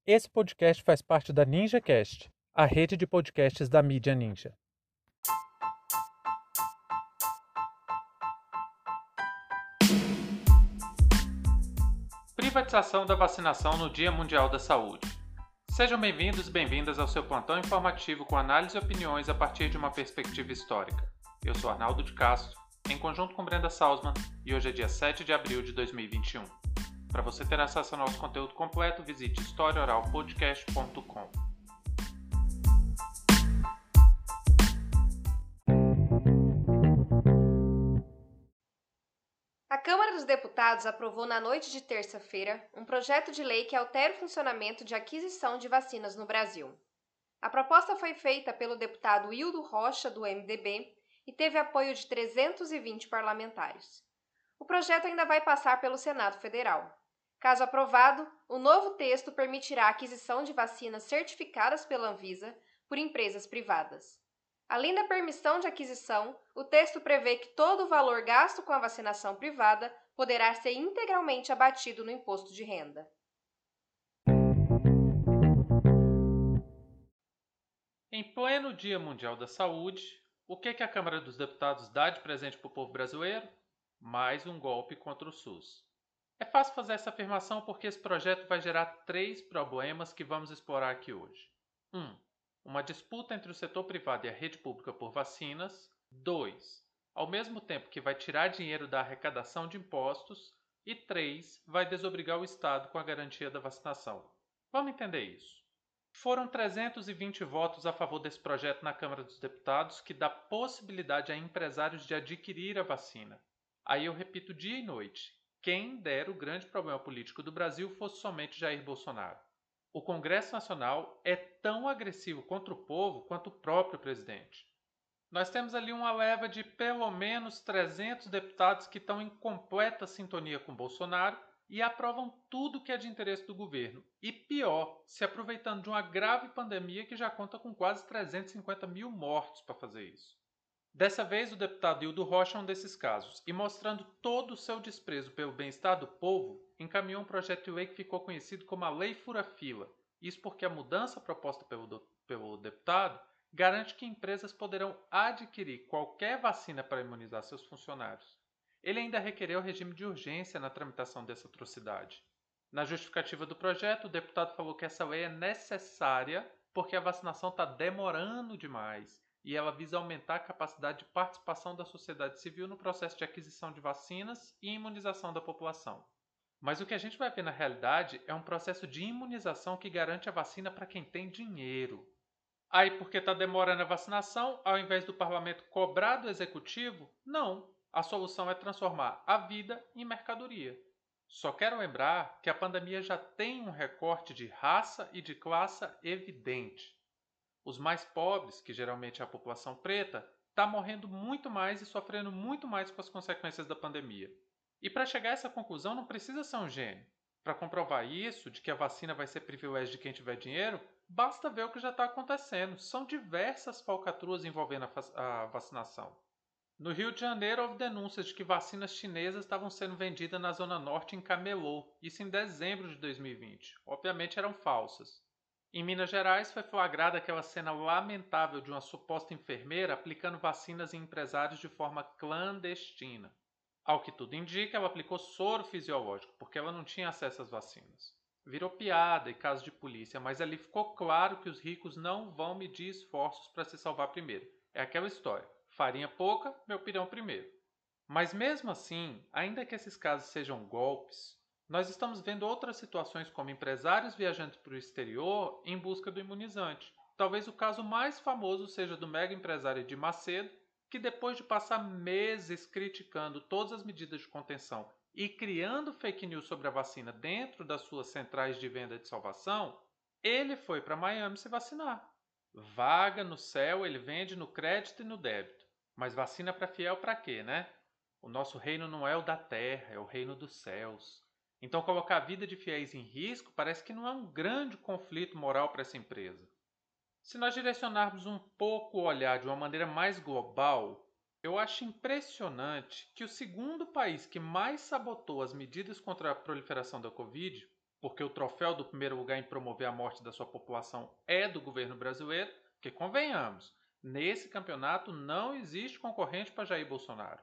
Esse podcast faz parte da NinjaCast, a rede de podcasts da mídia Ninja. Privatização da vacinação no Dia Mundial da Saúde. Sejam bem-vindos e bem-vindas ao seu plantão informativo com análise e opiniões a partir de uma perspectiva histórica. Eu sou Arnaldo de Castro, em conjunto com Brenda Salzman, e hoje é dia 7 de abril de 2021. Para você ter acesso ao nosso conteúdo completo, visite historiaoralpodcast.com. A Câmara dos Deputados aprovou na noite de terça-feira um projeto de lei que altera o funcionamento de aquisição de vacinas no Brasil. A proposta foi feita pelo deputado Hildo Rocha, do MDB, e teve apoio de 320 parlamentares. O projeto ainda vai passar pelo Senado Federal. Caso aprovado, o novo texto permitirá a aquisição de vacinas certificadas pela Anvisa por empresas privadas. Além da permissão de aquisição, o texto prevê que todo o valor gasto com a vacinação privada poderá ser integralmente abatido no imposto de renda. Em pleno Dia Mundial da Saúde, o que a Câmara dos Deputados dá de presente para o povo brasileiro? Mais um golpe contra o SUS. É fácil fazer essa afirmação porque esse projeto vai gerar 3 problemas que vamos explorar aqui hoje. 1. Uma disputa entre o setor privado e a rede pública por vacinas. 2. Ao mesmo tempo que vai tirar dinheiro da arrecadação de impostos. E 3. Vai desobrigar o Estado com a garantia da vacinação. Vamos entender isso. Foram 320 votos a favor desse projeto na Câmara dos Deputados, que dá possibilidade a empresários de adquirir a vacina. Aí eu repito dia e noite. Quem dera o grande problema político do Brasil fosse somente Jair Bolsonaro. O Congresso Nacional é tão agressivo contra o povo quanto o próprio presidente. Nós temos ali uma leva de pelo menos 300 deputados que estão em completa sintonia com Bolsonaro e aprovam tudo que é de interesse do governo. E pior, se aproveitando de uma grave pandemia que já conta com quase 350 mil mortos para fazer isso. Dessa vez, o deputado Hildo Rocha é um desses casos, e mostrando todo o seu desprezo pelo bem-estar do povo, encaminhou um projeto de lei que ficou conhecido como a Lei Fura-Fila. Isso porque a mudança proposta pelo deputado garante que empresas poderão adquirir qualquer vacina para imunizar seus funcionários. Ele ainda requereu regime de urgência na tramitação dessa atrocidade. Na justificativa do projeto, o deputado falou que essa lei é necessária porque a vacinação está demorando demais e ela visa aumentar a capacidade de participação da sociedade civil no processo de aquisição de vacinas e imunização da população. Mas o que a gente vai ver na realidade é um processo de imunização que garante a vacina para quem tem dinheiro. Aí, porque está demorando a vacinação, ao invés do parlamento cobrar do executivo, não. A solução é transformar a vida em mercadoria. Só quero lembrar que a pandemia já tem um recorte de raça e de classe evidente. Os mais pobres, que geralmente é a população preta, está morrendo muito mais e sofrendo muito mais com as consequências da pandemia. E para chegar a essa conclusão não precisa ser um gênio. Para comprovar isso, de que a vacina vai ser privilégio de quem tiver dinheiro, basta ver o que já está acontecendo. São diversas falcatruas envolvendo a vacinação. No Rio de Janeiro, houve denúncias de que vacinas chinesas estavam sendo vendidas na Zona Norte em camelô, isso em dezembro de 2020. Obviamente eram falsas. Em Minas Gerais, foi flagrada aquela cena lamentável de uma suposta enfermeira aplicando vacinas em empresários de forma clandestina. Ao que tudo indica, ela aplicou soro fisiológico, porque ela não tinha acesso às vacinas. Virou piada e caso de polícia, mas ali ficou claro que os ricos não vão medir esforços para se salvar primeiro. É aquela história: farinha pouca, meu pirão primeiro. Mas mesmo assim, ainda que esses casos sejam golpes, nós estamos vendo outras situações como empresários viajando para o exterior em busca do imunizante. Talvez o caso mais famoso seja do mega empresário Edir Macedo, que depois de passar meses criticando todas as medidas de contenção e criando fake news sobre a vacina dentro das suas centrais de venda de salvação, ele foi para Miami se vacinar. Vaga no céu ele vende no crédito e no débito. Mas vacina para fiel para quê, né? O nosso reino não é o da terra, é o reino dos céus. Então colocar a vida de fiéis em risco parece que não é um grande conflito moral para essa empresa. Se nós direcionarmos um pouco o olhar de uma maneira mais global, eu acho impressionante que o segundo país que mais sabotou as medidas contra a proliferação da Covid porque o troféu do primeiro lugar em promover a morte da sua população é do governo brasileiro, porque convenhamos, nesse campeonato não existe concorrente para Jair Bolsonaro.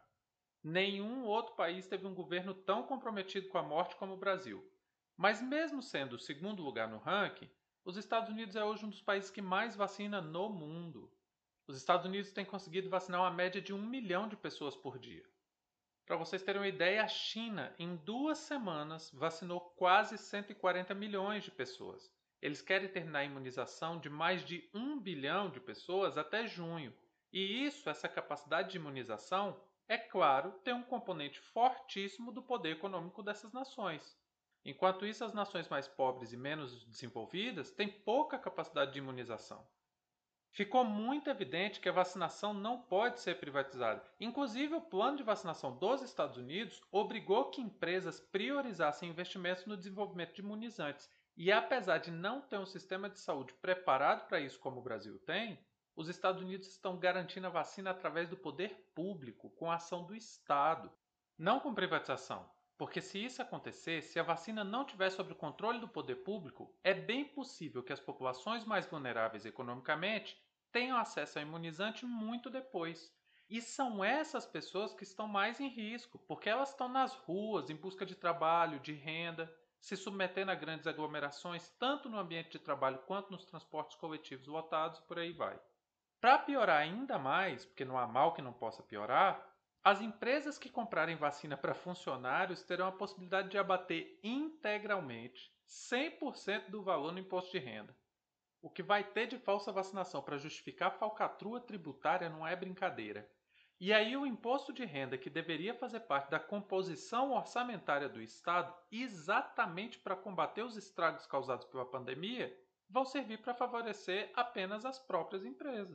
Nenhum outro país teve um governo tão comprometido com a morte como o Brasil. Mas mesmo sendo o segundo lugar no ranking, os Estados Unidos é hoje um dos países que mais vacina no mundo. Os Estados Unidos têm conseguido vacinar uma média de 1 milhão de pessoas por dia. Para vocês terem uma ideia, a China, em 2 semanas, vacinou quase 140 milhões de pessoas. Eles querem terminar a imunização de mais de 1 bilhão de pessoas até junho. E essa capacidade de imunização, é claro, tem um componente fortíssimo do poder econômico dessas nações. Enquanto isso, as nações mais pobres e menos desenvolvidas têm pouca capacidade de imunização. Ficou muito evidente que a vacinação não pode ser privatizada. Inclusive, o plano de vacinação dos Estados Unidos obrigou que empresas priorizassem investimentos no desenvolvimento de imunizantes. E apesar de não ter um sistema de saúde preparado para isso como o Brasil tem, os Estados Unidos estão garantindo a vacina através do poder público, com a ação do Estado, não com privatização. Porque se isso acontecer, se a vacina não estiver sob o controle do poder público, é bem possível que as populações mais vulneráveis economicamente tenham acesso ao imunizante muito depois. E são essas pessoas que estão mais em risco, porque elas estão nas ruas em busca de trabalho, de renda, se submetendo a grandes aglomerações, tanto no ambiente de trabalho quanto nos transportes coletivos lotados e por aí vai. Para piorar ainda mais, porque não há mal que não possa piorar, as empresas que comprarem vacina para funcionários terão a possibilidade de abater integralmente 100% do valor no imposto de renda. O que vai ter de falsa vacinação para justificar a falcatrua tributária não é brincadeira. E aí o imposto de renda, que deveria fazer parte da composição orçamentária do Estado, exatamente para combater os estragos causados pela pandemia, vão servir para favorecer apenas as próprias empresas.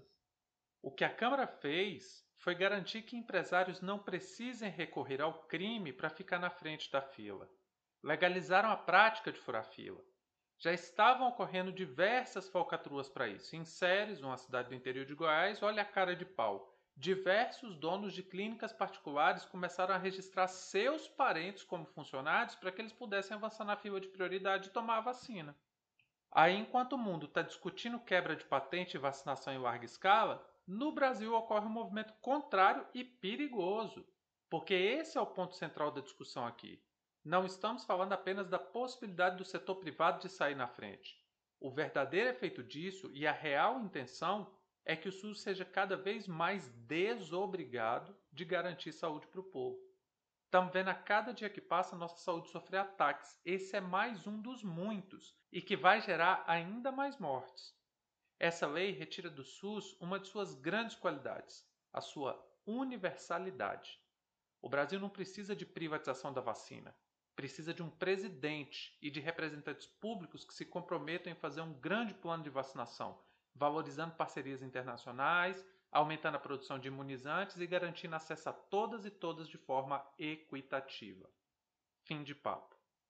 O que a Câmara fez foi garantir que empresários não precisem recorrer ao crime para ficar na frente da fila. Legalizaram a prática de furar fila. Já estavam ocorrendo diversas falcatruas para isso. Em Ceres, uma cidade do interior de Goiás, olha a cara de pau. Diversos donos de clínicas particulares começaram a registrar seus parentes como funcionários para que eles pudessem avançar na fila de prioridade e tomar a vacina. Aí, enquanto o mundo está discutindo quebra de patente e vacinação em larga escala, no Brasil ocorre um movimento contrário e perigoso, porque esse é o ponto central da discussão aqui. Não estamos falando apenas da possibilidade do setor privado de sair na frente. O verdadeiro efeito disso e a real intenção é que o SUS seja cada vez mais desobrigado de garantir saúde para o povo. Estamos vendo a cada dia que passa a nossa saúde sofrer ataques. Esse é mais um dos muitos e que vai gerar ainda mais mortes. Essa lei retira do SUS uma de suas grandes qualidades, a sua universalidade. O Brasil não precisa de privatização da vacina. Precisa de um presidente e de representantes públicos que se comprometam em fazer um grande plano de vacinação, valorizando parcerias internacionais, aumentando a produção de imunizantes e garantindo acesso a todas e todas de forma equitativa. Fim de papo.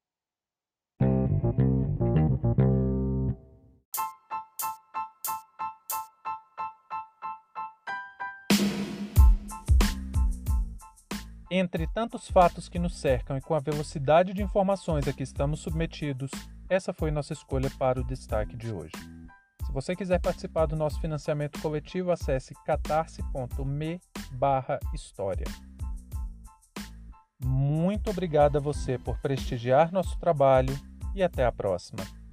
Entre tantos fatos que nos cercam e com a velocidade de informações a que estamos submetidos, essa foi nossa escolha para o destaque de hoje. Se você quiser participar do nosso financiamento coletivo, acesse catarse.me/história. Muito obrigado a você por prestigiar nosso trabalho e até a próxima.